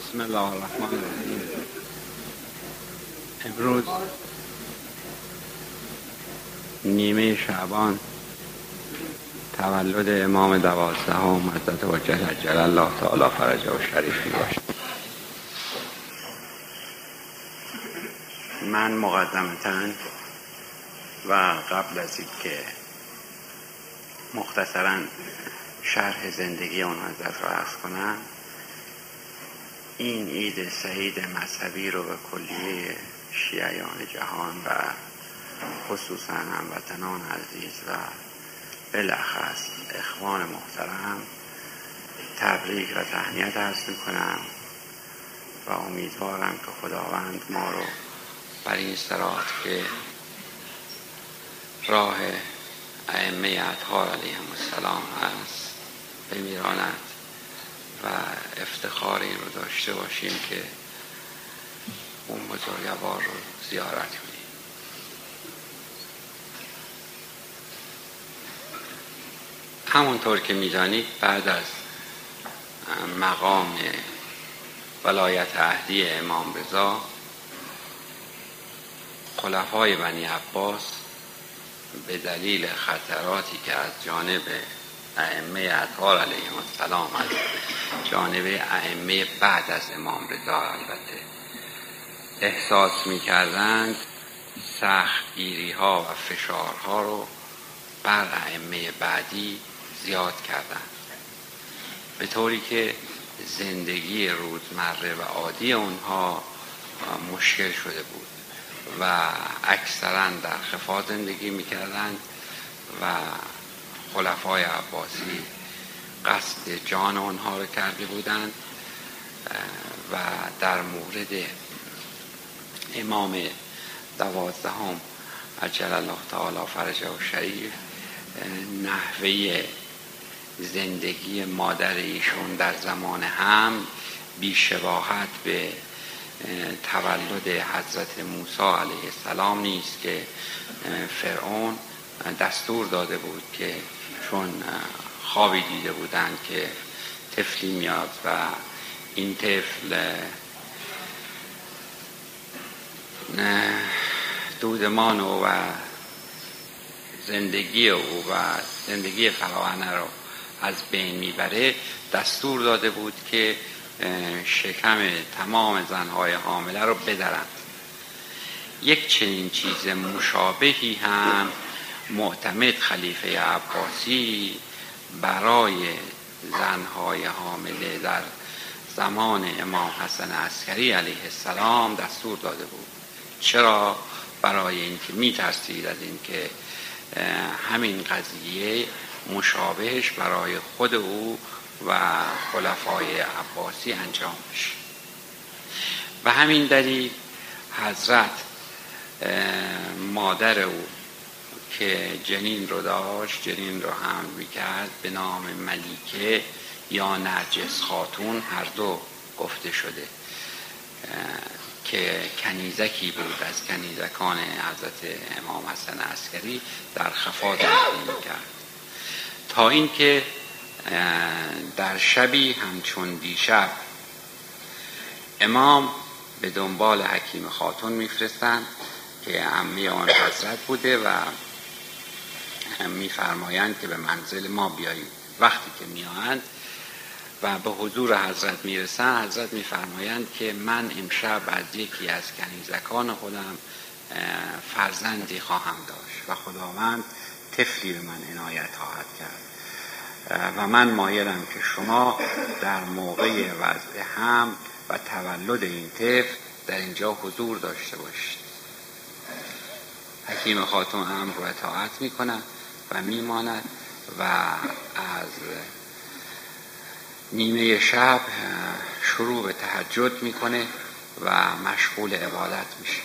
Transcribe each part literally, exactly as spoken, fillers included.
بسم الله الرحمن الرحیم. امروز نیمه شعبان تولد امام دوازدهم حضرت حجت عجل الله تعالی فرجه و شریف می باشد. من مقدمتاً و قبل از اینکه مختصراً شرح زندگی اون حضرت را عرض کنم، این عید سعید مذهبی رو به کلیه شیعیان جهان و خصوصاً هموطنان عزیز و بالاخص اخوان محترم تبریک و تهنیت عرض میکنم و امیدوارم که خداوند ما رو بر این صراط که راه ائمه اطهار علیهم السلام هست بمیراند و افتخار این رو داشته باشیم که اون بزرگوار رو زیارت کنیم. همونطور که میدانید بعد از مقام ولایت عهدی امام رضا، خلفای بنی عباس به دلیل خطراتی که از جانب ائمه اطهار علیهم السلام از جانب ائمه بعد از امام رضا البته احساس می‌کردند، سخت گیری ها و فشارها رو بر ائمه بعدی زیاد کردند، به طوری که زندگی روزمره و عادی اونها مشکل شده بود و اکثرا در خفا زندگی می‌کردند و خلفای عباسی قصد جان آنها رو کرده بودند و در مورد امام دوازدهم عجل الله تعالی فرجه و شریف نحوه زندگی مادر ایشون در زمان هم بی‌شباهت به تولد حضرت موسی علیه السلام نیست که فرعون دستور داده بود که چون خوابی دیده بودند که طفلی میاد و این طفل دودمان و زندگی او و زندگی فراعنه رو از بین میبره، دستور داده بود که شکم تمام زنهای حامله رو بدرند. یک چنین چیز مشابهی هم معتمد خلیفه عباسی برای زنهای حامله در زمان امام حسن عسکری علیه السلام دستور داده بود. چرا؟ برای اینکه میترسید از اینکه همین قضیه مشابهش برای خود او و خلفای عباسی انجام بشه. و همین دلیل حضرت مادر او که جنین رو داشت، جنین رو حمل میکرد، به نام ملیکه یا نرجس خاتون هر دو گفته شده که کنیزکی بود از کنیزکان حضرت امام حسن عسکری، در خفا زندگی میکرد تا اینکه در شبی همچون دیشب امام به دنبال حکیم خاتون میفرستند که عمه آن حضرت بوده و میفرمایند که به منزل ما بیایید. وقتی که میآیند و به حضور حضرت میرسند، حضرت میفرمایند که من امشب از یکی از کنیزکان خودم فرزندی خواهم داشت و خداوند طفلی به من عنایت خواهد کرد و من مایلم که شما در موقع وضع حمل و تولد این طفل در اینجا حضور داشته باشید. حکیم خاتون امر رو اطاعت میکنه و میماند و از نیمه شب شروع به تهجد میکنه و مشغول عبادت میشه.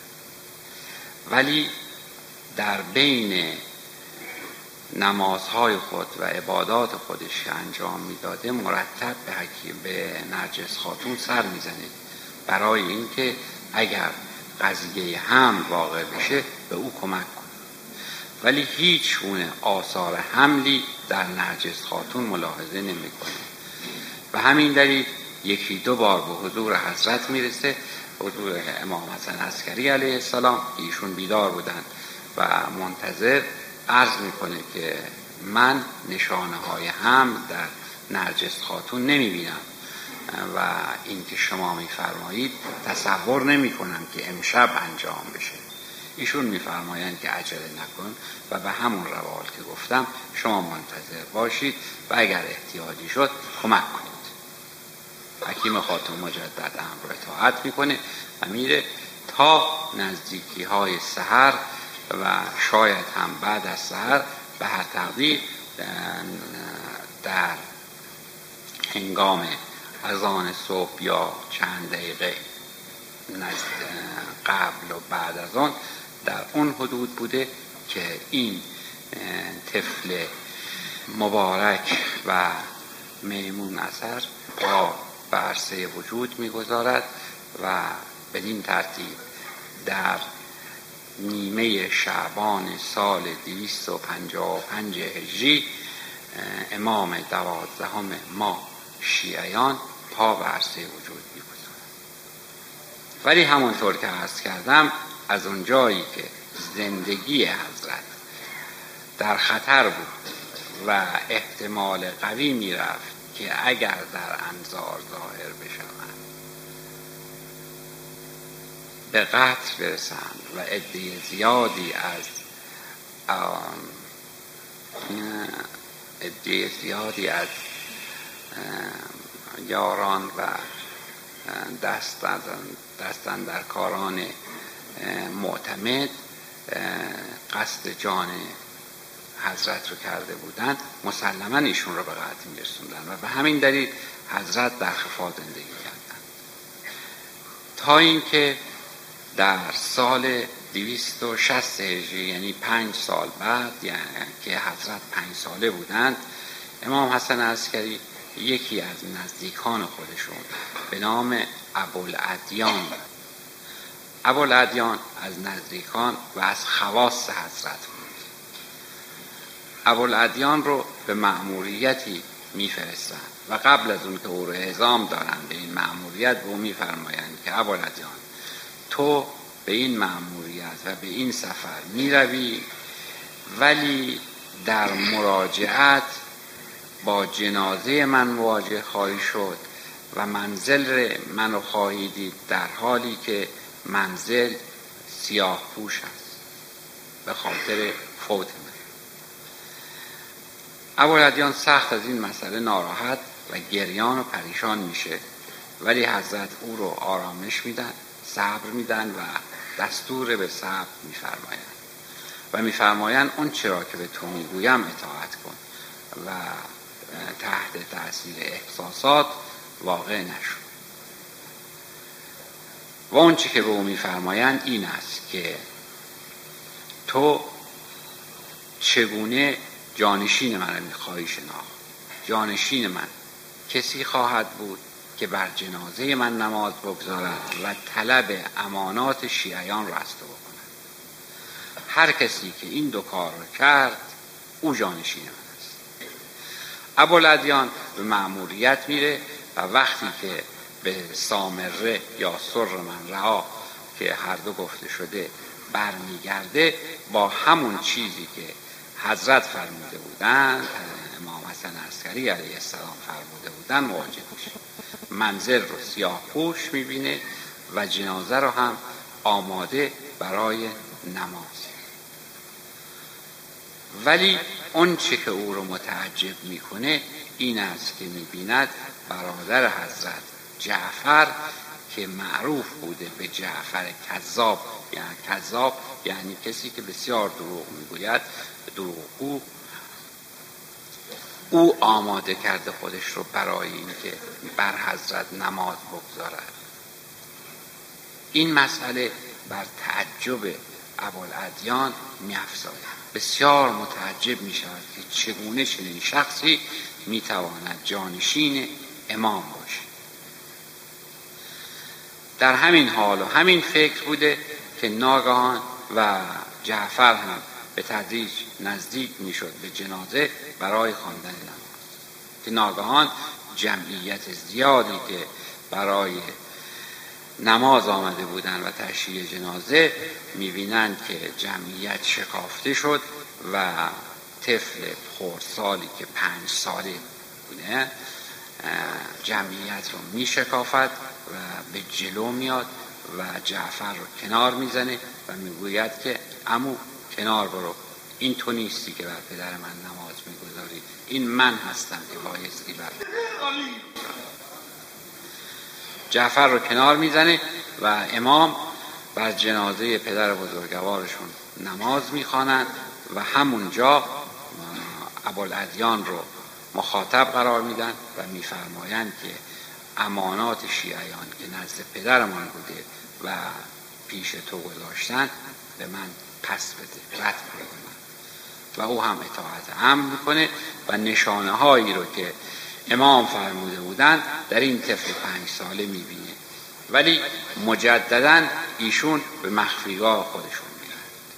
ولی در بین نمازهای خود و عبادات خودش که انجام میداده مرتب به حکیم به نرجس خاتون سر میزنه برای اینکه اگر قضیه حمل واقع بشه به او کمک کنه، ولی هیچ گونه آثار حملی در نرجس خاتون ملاحظه نمیکنه و همین دلیل یکی دو بار به حضور حضرت میرسه، حضور امام حسن عسکری علیه السلام. ایشون بیدار بودن و منتظر عرض میکنه که من نشانه های هم در نرجس خاتون نمیبینم و این که شما میفرمایید تصور نمی کنم که امشب انجام بشه. ایشون میفرمایند که عجله نکن و به همون روال که گفتم شما منتظر باشید و اگر احتیاجی شد کمک کنید. حکیم خاتون مجدد امر رو اطاعت میکنه و میره تا نزدیکی های سحر و شاید هم بعد از سحر به هر تقدیر در هنگام اذان صبح یا چند دقیقه قبل و بعد از آن در اون حدود بوده که این طفل مبارک و میمون اثر پا به عرصه وجود میگذارد و بدین ترتیب در نیمه شعبان سال دویست و پنجاه و پنج هجری امام دوازدهم ما شیعیان پا به عرصه وجود میگذارد. ولی همونطور که عرض کردم از اون جایی که زندگی حضرت در خطر بود و احتمال قوی میرفت که اگر در انظار ظاهر بشوند به قتل برسند و عده زیادی از عده زیادی از یاران و دستن در کاران معتمد قصد جان حضرت رو کرده بودند، مسلماً ایشون رو به قتل می‌رسوندن و به همین دلیل حضرت در خفا زندگی کردند تا اینکه در سال دویست و شصت هجری یعنی پنج سال بعد، یعنی که حضرت پنج ساله بودند، امام حسن عسکری یکی از نزدیکان خودشون به نام ابوالادیان ابوالادیان از نزدیکان و از خواص حضرت بود. ابوالادیان رو به مأموریتی میفرستند و قبل از اون که او رو اعزام دارند به این مأموریت به او میفرمایند که ابوالادیان تو به این مأموریت و به این سفر میروی، ولی در مراجعت با جنازه من مواجه خواهی شد و منزل منو خواهی دید در حالی که منزل سیاه پوش است به خاطر فوت من. ابوالادیان سخت از این مسئله ناراحت و گریان و پریشان میشه، ولی حضرت او رو آرامش میدن، صبر میدن و دستور به صبر میفرمایند و میفرمایند اون چرا که به تو میگویم اطاعت کن و تحت تأثیر احساسات واقع نشو. و اون چی که به او میفرمایند این است که تو چگونه جانشین من میخواهی شناخت. جانشین من کسی خواهد بود که بر جنازه من نماز بگذارد و طلب امانات شیعیان را از تو بکند. هر کسی که این دو کار را کرد او جانشین من است. ابوالادیان به مأموریت میره و وقتی که به سامره یا سر من رها که هر دو گفته شده برمیگرده، با همون چیزی که حضرت فرموده بودند، امام حسن عسکری علیه السلام فرموده بودند مواجه میشه. منزل رو سیاه پوش میبینه و جنازه رو هم آماده برای نماز. ولی اون چه که او رو متعجب میکنه این است که میبیند برادر حضرت جعفر که معروف بوده به جعفر کذاب، یعنی کذاب یعنی کسی که بسیار دروغ میگوید، دروغگو، او آماده کرده خودش رو برای اینکه بر حضرت نماز بگذارد. این مسئله بر تعجب ابوالادیان می‌افزاید. بسیار متعجب می‌شود که چگونه چنین شخصی می‌تواند جانشین امام باشد. در همین حال و همین فکر بوده که ناگهان و جعفر هم به تدریج نزدیک میشد به جنازه برای خواندن نماز که ناگهان جمعیت زیادی که برای نماز آمده بودند و تشییع جنازه می‌بینند که جمعیت شکافته شد و طفل خردسالی که پنج ساله بوده جمعیت رو میشکافد و به جلو میاد و جعفر رو کنار میزنه و میگوید که عمو کنار برو، این تو نیستی که بر پدر من نماز میگذاری، این من هستم که بایستی بر جعفر رو کنار میزنه و امام بر جنازه پدر بزرگوارشون نماز میخوانند و همونجا ابوالادیان رو مخاطب قرار میدن و میفرمایند که امانات شیعیان که نزد پدرمان بوده و پیش تو گذاشتن به من پس بده، رد کنه من. و او هم اطاعت امر میکنه و نشانه هایی رو که امام فرموده بودن در این طفل پنج ساله میبینه، ولی مجددا ایشون به مخفیگاه خودشون میرن.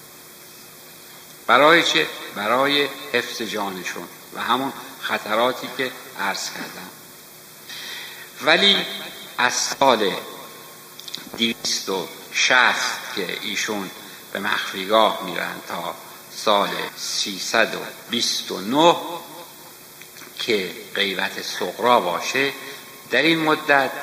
برای چه؟ برای حفظ جانشون و همون خطراتی که عرض کردم. ولی از سال دویست و شصت که ایشون به مخفیگاه میرن تا سال سیصد و بیست و نه که غیبت صغرا باشه، در این مدت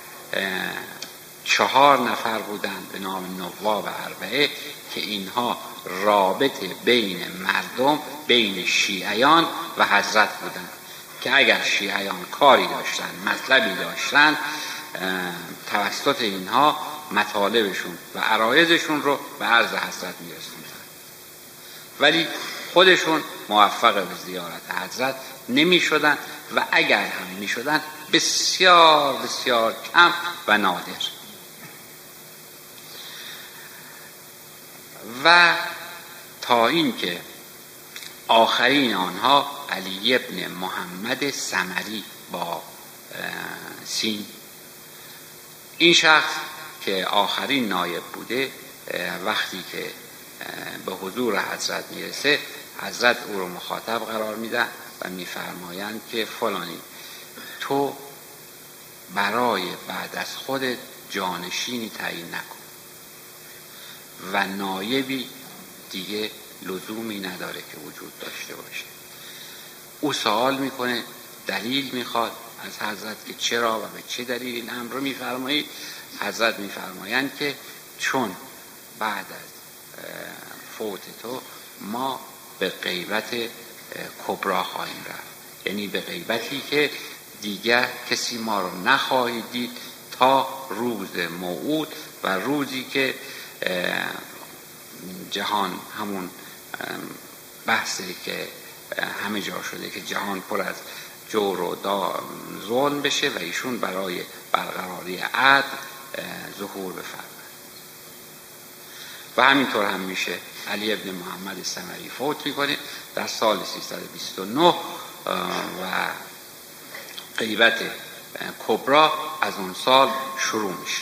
چهار نفر بودند به نام نواب اربعه که اینها رابطه بین مردم، بین شیعیان و حضرت بودند که اگر شیعیان کاری داشتند، مطلبی داشتند، توسط اینها مطالبشون و عرایضشون رو به عرض حضرت میرسوندند، ولی خودشون موفق به زیارت حضرت نمی شدن و اگر هم می شدن بسیار بسیار کم و نادر. و تا این که آخرین آنها علی ابن محمد سمری با سین، این شخص که آخرین نایب بوده، وقتی که به حضور حضرت میرسه حضرت او رو مخاطب قرار میدن و میفرمایند که فلانی تو برای بعد از خودت جانشینی تعیین نکن و نایبی دیگه لزومی نداره که وجود داشته باشه. او سوال میکنه، دلیل میخواد از حضرت که چرا و به چه دلیل این امر رو میفرمایید. حضرت میفرمایند که چون بعد از فوت تو ما به غیبت کبرا خواهیم رفت، یعنی به غیبتی که دیگر کسی ما رو نخواهید دید تا روز موعود و روزی که جهان، همون بحثی که همه جا شده که جهان پر از جور و ظلم بشه و ایشون برای برقراری عدل ظهور بفرمایند. و همینطور هم میشه. علی ابن محمد سمری فوت میکنه در سال سیصد و بیست و نه و غیبت کبرا از اون سال شروع میشه.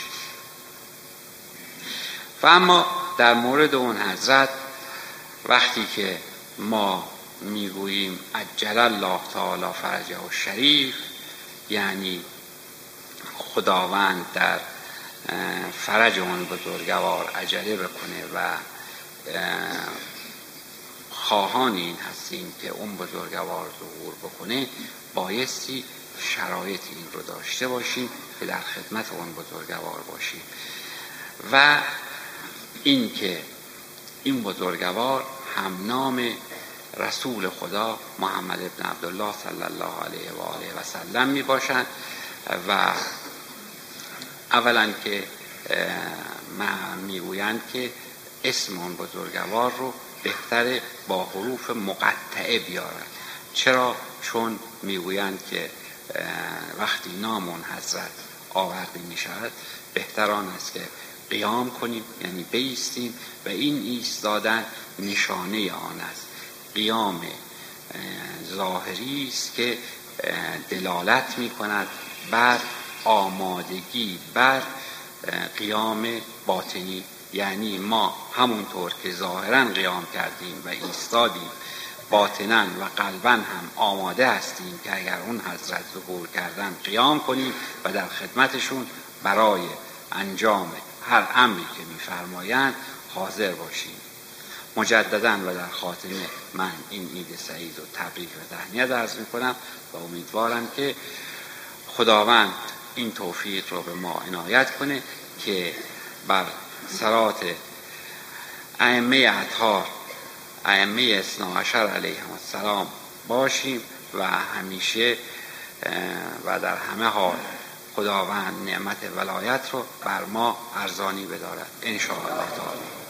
و اما در مورد اون حضرت وقتی که ما میگوییم عجل الله تعالی فرجه و شریف، یعنی خداوند در فرج اون بزرگوار عجله بکنه و خواهان این هستیم که اون بزرگوار ظهور بکنه، بایستی شرایط این رو داشته باشیم که در خدمت اون بزرگوار باشیم و این که این بزرگوار هم نام رسول خدا محمد ابن عبدالله صلی الله علیه و آله و سلم می باشند و اولا که میگویند که اسم اون بزرگوار رو بهتره با حروف مقطعه بیارن. چرا؟ چون میگویند که وقتی نام اون حضرت آورده می شود بهتر آن است که قیام کنیم، یعنی بایستیم و این ایستادن نشانه آن است. قیام ظاهری است که دلالت می کند بر آمادگی بر قیام باطنی، یعنی ما همونطور که ظاهرا قیام کردیم و ایستادیم باطناً و قلباً هم آماده هستیم که اگر اون حضرت ظهور کردن قیام کنیم و در خدمتشون برای انجام هر امری که می‌فرمایند حاضر باشیم. مجدداً و در خاتمه من این عید سعید و تبریک و تهنیت عرض می‌کنم و امیدوارم که خداوند این توفیق رو به ما عنایت کنه که بر صراط ائمه اطهار، ائمه اثنا عشر علیهم السلام باشیم و همیشه و در همه حال خداوند نعمت ولایت رو بر ما ارزانی بدارد ان شاء الله تعالی.